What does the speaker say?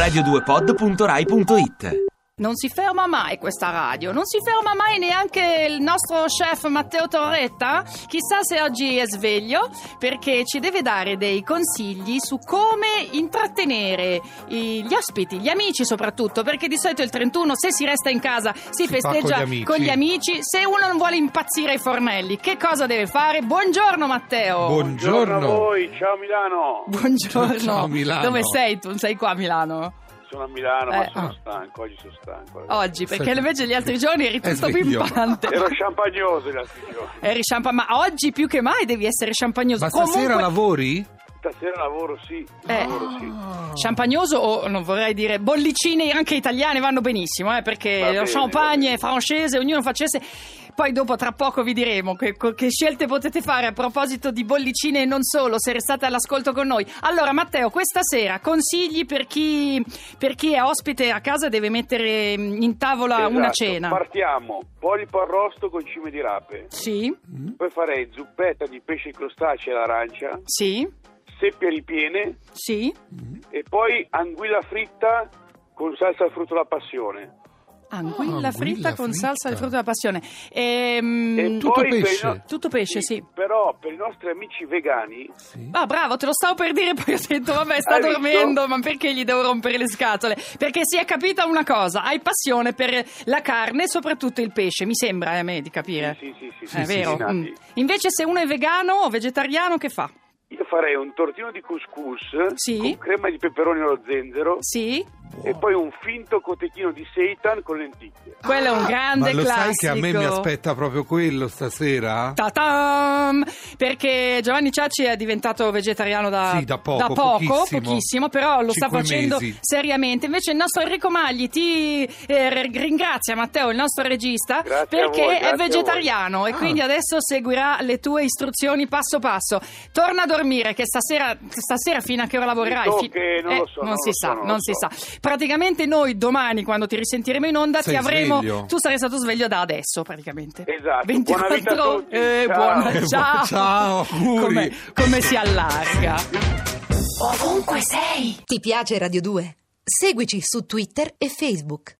radio2pod.rai.it. Non si ferma mai questa radio, non si ferma mai neanche il nostro chef Matteo Torretta. Chissà se oggi è sveglio, perché ci deve dare dei consigli su come intrattenere gli ospiti, gli amici soprattutto, perché di solito il 31, se si resta in casa, si festeggia con gli amici. Se uno non vuole impazzire ai fornelli, che cosa deve fare? Buongiorno Matteo. Buongiorno a voi, ciao Milano. Buongiorno. Ciao Milano. Dove sei tu? Sei qua a Milano? Sono a Milano, ma sono stanco, oggi sono stanco. Oggi, perché invece gli altri giorni eri tutto pimpante. Ero champagnoso gli altri giorni. Eri ma oggi più che mai devi essere champagnoso. Ma stasera lavori? Stasera lavoro, sì. Lavoro, sì. Champagnoso, o non vorrei dire bollicine anche italiane vanno benissimo, perché lo champagne francese, ognuno facesse. Poi dopo tra poco vi diremo che scelte potete fare a proposito di bollicine e non solo, se restate all'ascolto con noi. Allora Matteo, questa sera consigli per chi è ospite a casa e deve mettere in tavola una cena. Partiamo, polipo arrosto con cime di rape. Sì. Poi farei zuppetta di pesce crostacei all'arancia. Sì. Seppie ripiene. Sì. E poi anguilla fritta con salsa al frutto della passione. Anguilla fritta con salsa al frutto della passione. E tutto poi pesce. Tutto pesce, sì. Però per i nostri amici vegani. Sì. Ah, bravo, te lo stavo per dire, poi ho detto, vabbè, sta dormendo, ma perché gli devo rompere le scatole? Perché si è capita una cosa, hai passione per la carne e soprattutto il pesce, mi sembra a me di capire. Sì, è vero. Sì. Invece se uno è vegano o vegetariano, che fa? Io farei un tortino di couscous sì. con crema di peperoni allo zenzero. Sì. E poi un finto cotechino di seitan con lenticchie. Quello è un grande classico. Ma lo classico. sai che a me mi aspetta proprio quello stasera? Ta-tam! Perché Giovanni Ciacci è diventato vegetariano da pochissimo, però lo sta facendo seriamente. Invece il nostro Enrico Magli ti ringrazia, Matteo, il nostro regista, perché è vegetariano e quindi adesso seguirà le tue istruzioni passo passo. Torna a dormire, che stasera fino a che ora lavorerai? Non si sa. Praticamente noi domani, quando ti risentiremo in onda, ti avremo. Sveglio. Tu sarai stato sveglio da adesso, praticamente. Esatto. 24 Buona vita a tutti. Ciao. Ciao. Come si allarga. Ovunque sei. Ti piace Radio 2? Seguici su Twitter e Facebook.